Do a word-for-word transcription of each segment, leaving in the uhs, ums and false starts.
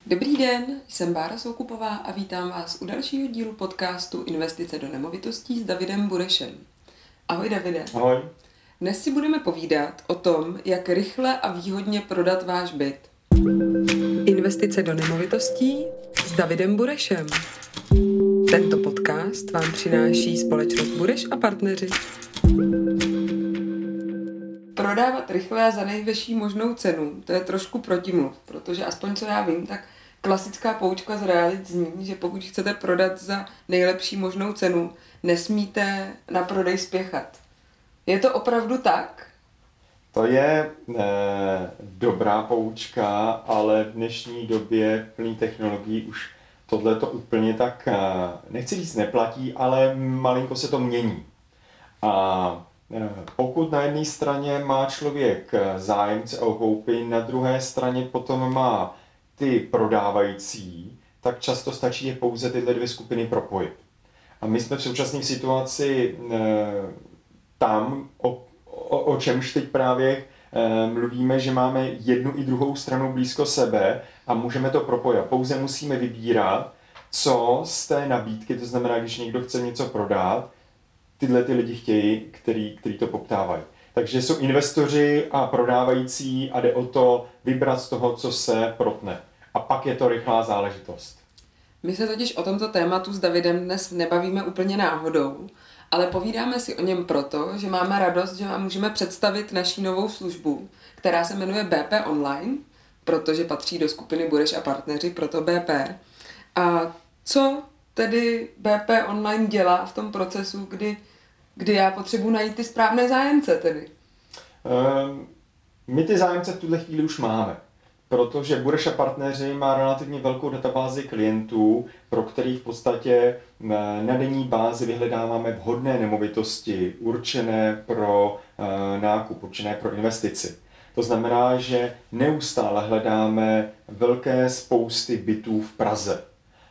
Dobrý den, jsem Bára Soukupová a vítám vás u dalšího dílu podcastu Investice do nemovitostí s Davidem Burešem. Ahoj Davide. Ahoj. Dnes si budeme povídat o tom, jak rychle a výhodně prodat váš byt. Investice do nemovitostí s Davidem Burešem. Tento podcast vám přináší společnost Bureš a partneři. Prodávat rychle a za nejvyšší možnou cenu, to je trošku protimluv, protože aspoň co já vím, tak klasická poučka z realit zní, že pokud chcete prodat za nejlepší možnou cenu, nesmíte na prodej spěchat. Je to opravdu tak? To je eh, dobrá poučka, ale v dnešní době plný technologií už tohle to úplně tak, eh, nechci říct neplatí, ale malinko se to mění. A pokud na jedné straně má člověk zájemce o koupi, na druhé straně potom má ty prodávající, tak často stačí je pouze tyhle dvě skupiny propojit. A my jsme v současné situaci e, tam, o, o, o čemž teď právě e, mluvíme, že máme jednu i druhou stranu blízko sebe a můžeme to propojit. Pouze musíme vybírat, co z té nabídky, to znamená, když někdo chce něco prodat, tyhle ty lidi chtějí, který, který to poptávají. Takže jsou investoři a prodávající a jde o to vybrat z toho, co se protne. A pak je to rychlá záležitost. My se totiž o tomto tématu s Davidem dnes nebavíme úplně náhodou, ale povídáme si o něm proto, že máme radost, že vám můžeme představit naši novou službu, která se jmenuje bé pé Online, protože patří do skupiny Bureš a partneři, proto bé pé. A co tedy bé pé Online dělá v tom procesu, kdy, kdy já potřebuji najít ty správné zájemce tedy? Um, my ty zájemce v tuhle chvíli už máme, protože Bureš a partneři má relativně velkou databázi klientů, pro kterých v podstatě na denní bázi vyhledáváme vhodné nemovitosti určené pro uh, nákup, určené pro investici. To znamená, že neustále hledáme velké spousty bytů v Praze.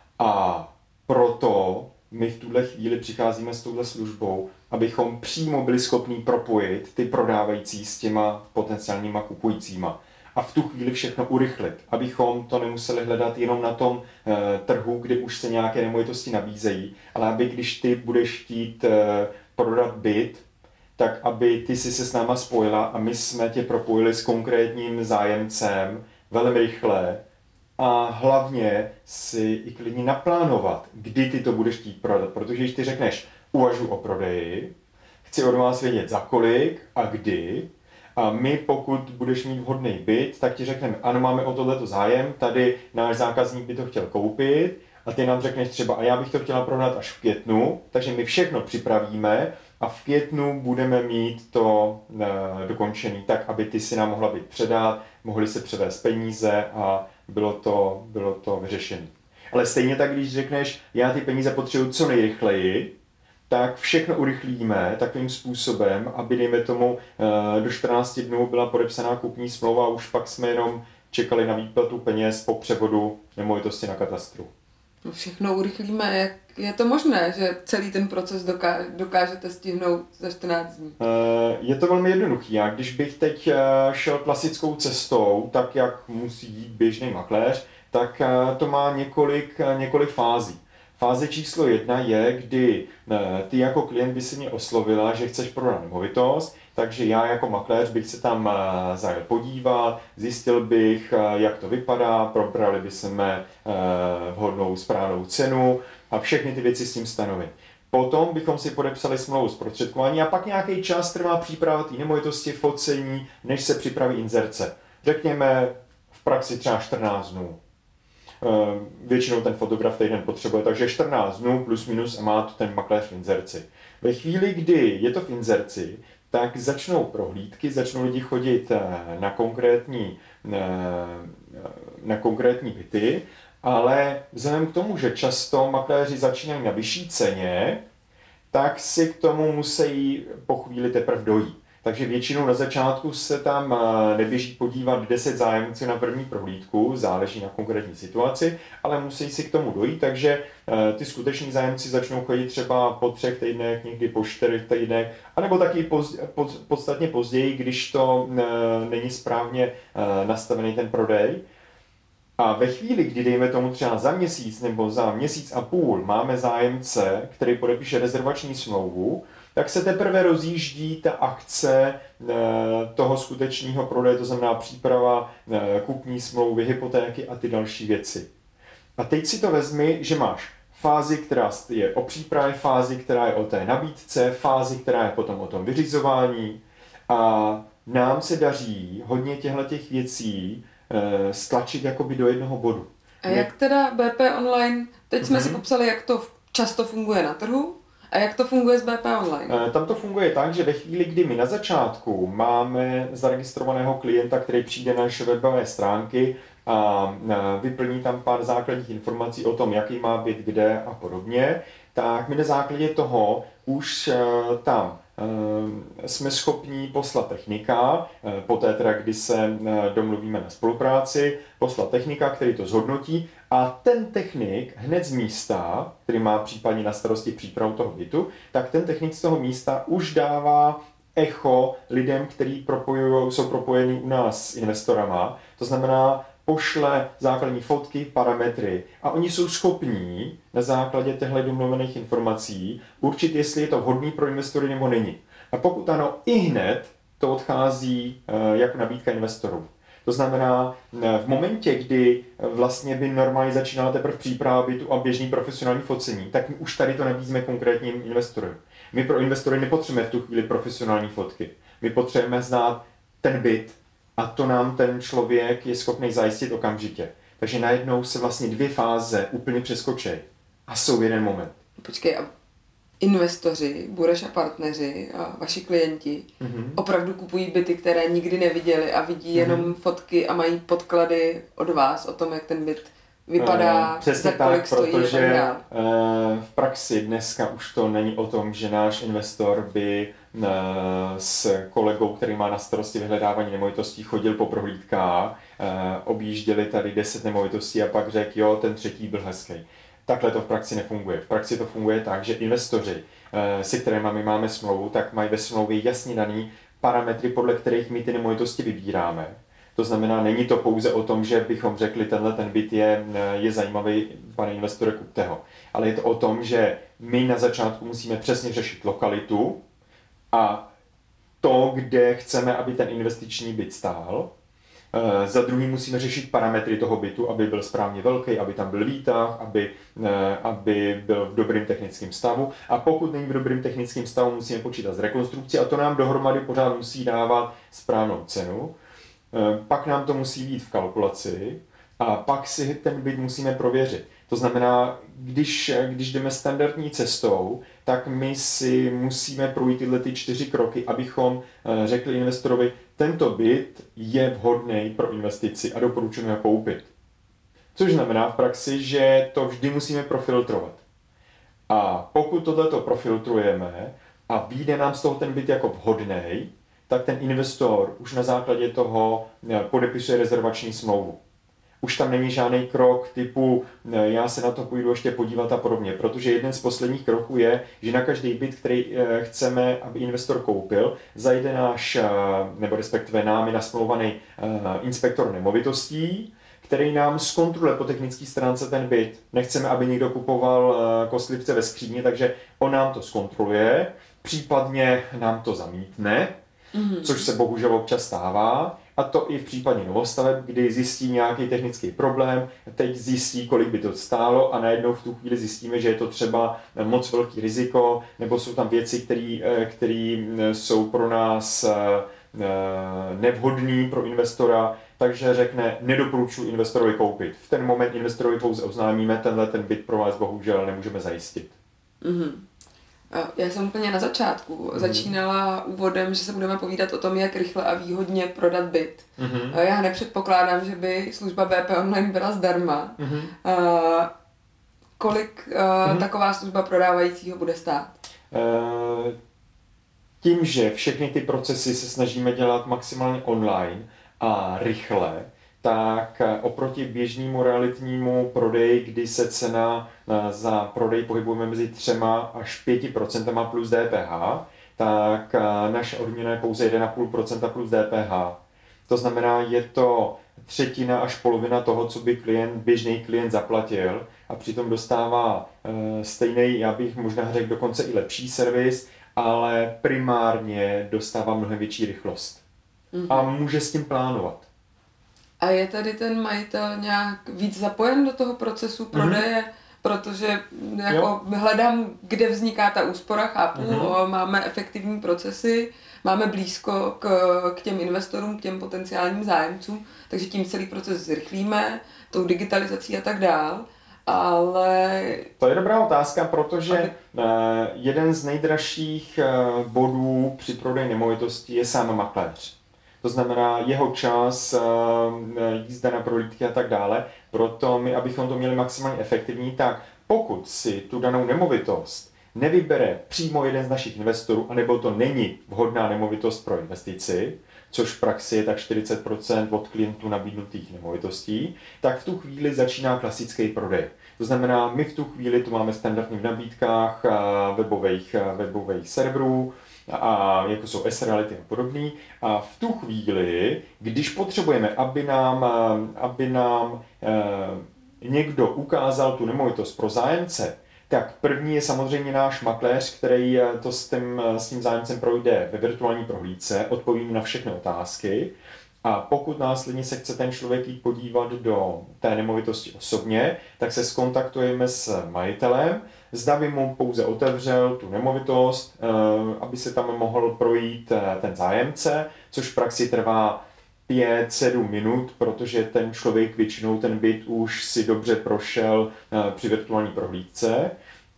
A proto my v tuhle chvíli přicházíme s touhle službou, abychom přímo byli schopni propojit ty prodávající s těma potenciálníma kupujícíma. A v tu chvíli všechno urychlit, abychom to nemuseli hledat jenom na tom e, trhu, kde už se nějaké nemovitosti nabízejí, ale aby když ty budeš chtít e, prodat byt, tak aby ty si se s náma spojila a my jsme tě propojili s konkrétním zájemcem velmi rychle, a hlavně si i klidně naplánovat, kdy ty to budeš chtít prodat. Protože když ty řekneš, uvažuji o prodeji, chci od vás vědět za kolik a kdy, a my pokud budeš mít vhodný byt, tak ti řekneme, ano, máme o tohleto zájem, tady náš zákazník by to chtěl koupit, a ty nám řekneš třeba, a já bych to chtěla prodat až v květnu, takže my všechno připravíme a v květnu budeme mít to uh, dokončený tak, aby ty si nám mohla být předat, mohli se převést peníze a bylo to, bylo to vyřešené. Ale stejně tak, když řekneš, já ty peníze potřebuji co nejrychleji, tak všechno urychlíme takovým způsobem, aby dejme tomu do čtrnácti dnů byla podepsaná kupní smlouva a už pak jsme jenom čekali na výplatu peněz po převodu nemovitosti na katastru. No všechno urychlíme, jak je to možné, že celý ten proces doká- dokážete stihnout za čtrnáct dní? Je to velmi jednoduchý. Já když bych teď šel klasickou cestou, tak jak musí jít běžný makléř, tak to má několik, několik fází. Fáze číslo jedna je, kdy ty jako klient by si mě oslovila, že chceš prodat nemovitost, takže já jako makléř bych se tam zajel podívat, zjistil bych, jak to vypadá, probrali by se mé vhodnou správnou cenu a všechny ty věci s tím stanovit. Potom bychom si podepsali smlouvu zprostředkování a pak nějaký čas trvá příprava té nemovitosti, focení, než se připraví inzerce. Řekněme v praxi třeba čtrnáct dnů. Většinou ten fotograf týden potřebuje, takže čtrnáct dnů plus minus a má to ten makléř v inzerci. Ve chvíli, kdy je to v inzerci, tak začnou prohlídky, začnou lidi chodit na konkrétní, na konkrétní byty, ale vzhledem k tomu, že často makléři začínají na vyšší ceně, tak si k tomu musí po chvíli teprve dojít. Takže většinou na začátku se tam neběží podívat deset zájemců na první prohlídku, záleží na konkrétní situaci, ale musí si k tomu dojít, takže ty skuteční zájemci začnou chodit třeba po třech týdnech, někdy po čtyřech týdnech, anebo taky poz, pod, podstatně později, když to není správně nastavený ten prodej. A ve chvíli, kdy dejme tomu třeba za měsíc nebo za měsíc a půl máme zájemce, který podepíše rezervační smlouvu, tak se teprve rozjíždí ta akce toho skutečného prodeje, to znamená příprava kupní smlouvy, hypotéky a ty další věci. A teď si to vezmi, že máš fázi, která je o přípravě, fázi, která je o té nabídce, fázi, která je potom o tom vyřizování. A nám se daří hodně těchto věcí e, stlačit jakoby do jednoho bodu. A jak teda bé pé Online, teď jsme mm-hmm. si popsali, jak to často funguje na trhu, a jak to funguje s bé pé Online? E, tam to funguje tak, že ve chvíli, kdy my na začátku máme zaregistrovaného klienta, který přijde na naše webové stránky a vyplní tam pár základních informací o tom, jaký má byt, kde a podobně, tak my na základě toho už tam jsme schopni poslat technika, poté teda, kdy se domluvíme na spolupráci, poslat technika, který to zhodnotí a ten technik hned z místa, který má případně na starosti přípravu toho bytu, tak ten technik z toho místa už dává echo lidem, kteří jsou propojení u nás s investorama. To znamená, pošle základní fotky, parametry a oni jsou schopní na základě těchto domluvených informací určit, jestli je to vhodný pro investory nebo není. A pokud ano, i hned to odchází jako nabídka investorů. To znamená, v momentě, kdy vlastně by normálně začínala teprve příprava bytu a běžný profesionální focení, tak my už tady to nabízíme konkrétním investorům. My pro investory nepotřebujeme v tu chvíli profesionální fotky. My potřebujeme znát ten byt, a to nám ten člověk je schopný zajistit okamžitě. Takže najednou se vlastně dvě fáze úplně přeskočí a jsou jeden moment. Počkej, a investoři, Bureš a partneři a vaši klienti mm-hmm. opravdu kupují byty, které nikdy neviděli a vidí jenom mm-hmm. fotky a mají podklady od vás o tom, jak ten byt vypadá, uh, přesně za kolik tak, stojí protože uh, v praxi dneska už to není o tom, že náš investor by uh, s kolegou, který má na starosti vyhledávání nemovitostí, chodil po prohlídkách, uh, objížděli tady deset nemovitostí a pak řekl, jo, ten třetí byl hezký. Takhle to v praxi nefunguje. V praxi to funguje tak, že investoři, uh, se kterými my máme smlouvu, tak mají ve smlouvě jasně daný parametry, podle kterých my ty nemovitosti vybíráme. To znamená, není to pouze o tom, že bychom řekli, tenhle ten byt je, je zajímavý, pane investore, kupte ho. Ale je to o tom, že my na začátku musíme přesně řešit lokalitu a to, kde chceme, aby ten investiční byt stál. E, za druhý musíme řešit parametry toho bytu, aby byl správně velký, aby tam byl výtah, aby, e, aby byl v dobrém technickém stavu. A pokud není v dobrém technickém stavu, musíme počítat s rekonstrukcí a to nám dohromady pořád musí dávat správnou cenu. Pak nám to musí být v kalkulaci a pak si ten byt musíme prověřit. To znamená, když, když jdeme standardní cestou, tak my si musíme projít tyhle ty čtyři kroky, abychom řekli investorovi, tento byt je vhodný pro investici a doporučujeme ho koupit. Což znamená v praxi, že to vždy musíme profiltrovat. A pokud tohleto profiltrujeme a vyjde nám z toho ten byt jako vhodný, tak ten investor už na základě toho podepisuje rezervační smlouvu. Už tam není žádný krok typu já se na to půjdu ještě podívat a podobně, protože jeden z posledních kroků je, že na každý byt, který chceme, aby investor koupil, zajde náš, nebo respektive námi nasmlouvaný inspektor nemovitostí, který nám zkontroluje po technické stránce ten byt. Nechceme, aby někdo kupoval kostlivce ve skříni, takže on nám to zkontroluje, případně nám to zamítne, Mm-hmm. což se bohužel občas stává, a to i v případě novostaveb, kdy zjistí nějaký technický problém, teď zjistí, kolik by to stálo a najednou v tu chvíli zjistíme, že je to třeba moc velký riziko, nebo jsou tam věci, které jsou pro nás nevhodné pro investora, takže řekne, nedoporučuji investorovi koupit. V ten moment investorovi pouze oznámíme, tenhle ten byt pro vás bohužel nemůžeme zajistit. Mm-hmm. Já jsem úplně na začátku mm. začínala úvodem, že se budeme povídat o tom, jak rychle a výhodně prodat byt. Mm. Já nepředpokládám, že by služba bé pé Online byla zdarma. Mm. Uh, kolik uh, mm. taková služba prodávajícího bude stát? Uh, tím, že všechny ty procesy se snažíme dělat maximálně online a rychle, tak oproti běžnému realitnímu prodeji, kdy se cena za prodej pohybujeme mezi třema až pěti procentama plus dé pé há, tak naše odměna je pouze jedna celá pět procenta plus dé pé há. To znamená, je to třetina až polovina toho, co by klient, běžný klient zaplatil a přitom dostává e, stejný, já bych možná řekl dokonce i lepší servis, ale primárně dostává mnohem větší rychlost. Mm-hmm. A může s tím plánovat. A je tady ten majitel nějak víc zapojen do toho procesu prodeje? Mm-hmm. Protože jako hledám, kde vzniká ta úspora, chápu, mm-hmm. máme efektivní procesy, máme blízko k, k těm investorům, k těm potenciálním zájemcům, takže tím celý proces zrychlíme, tou digitalizací a tak dál, ale... To je dobrá otázka, protože aby... jeden z nejdražších bodů při prodeji nemovitostí je sám makléř. To znamená jeho čas, jízda na prohlídky a tak dále. Proto my, abychom to měli maximálně efektivní, tak pokud si tu danou nemovitost nevybere přímo jeden z našich investorů, anebo to není vhodná nemovitost pro investici, což v praxi je tak čtyřicet procent od klientů nabídnutých nemovitostí, tak v tu chvíli začíná klasický prodej. To znamená, my v tu chvíli to máme standardně v nabídkách webových, webových serverů, a jako jsou S-Reality a podobný. A v tu chvíli, když potřebujeme, aby nám, aby nám eh, někdo ukázal tu nemovitost pro zájemce, tak první je samozřejmě náš makléř, který to s tím, s tím zájemcem projde ve virtuální prohlídce, odpoví mu na všechny otázky. A pokud následně se chce ten člověk jít podívat do té nemovitosti osobně, tak se skontaktujeme s majitelem, zda by mu pouze otevřel tu nemovitost, aby se tam mohl projít ten zájemce, což v praxi trvá pět sedm minut, protože ten člověk většinou ten byt už si dobře prošel při virtuální prohlídce.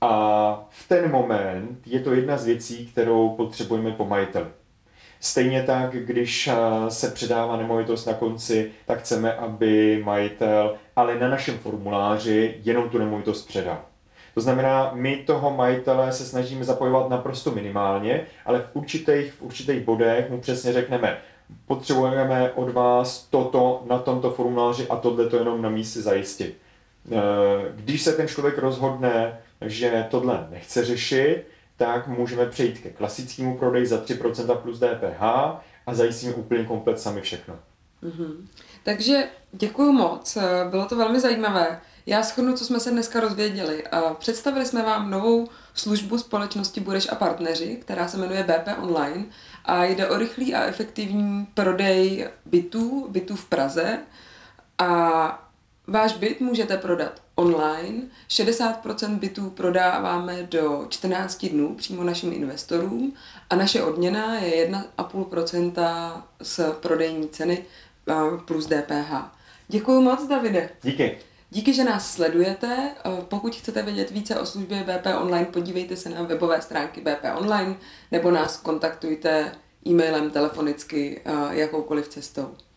A v ten moment je to jedna z věcí, kterou potřebujeme po majiteli. Stejně tak, když se předává nemovitost na konci, tak chceme, aby majitel, ale na našem formuláři, jenom tu nemovitost předal. To znamená, my toho majitele se snažíme zapojovat naprosto minimálně, ale v určitých, v určitých bodech mu přesně řekneme, potřebujeme od vás toto na tomto formuláři a tohle to jenom na místě zajistit. Když se ten člověk rozhodne, že tohle nechce řešit, tak můžeme přejít ke klasickému prodeji za tři procenta plus D P H a zajistíme úplně komplet sami všechno. Mm-hmm. Takže děkuju moc, bylo to velmi zajímavé. Já shrnu, co jsme se dneska rozvěděli. Představili jsme vám novou službu společnosti Bureš a partneři, která se jmenuje B P Online a jde o rychlý a efektivní prodej bytů, bytů v Praze. A váš byt můžete prodat online, šedesát procent bytů prodáváme do čtrnácti dnů přímo našim investorům a naše odměna je jedna celá pět procenta z prodejní ceny plus D P H. Děkuji moc, Davide. Díky. Díky, že nás sledujete. Pokud chcete vědět více o službě B P Online, podívejte se na webové stránky B P Online nebo nás kontaktujte e-mailem, telefonicky, jakoukoliv cestou.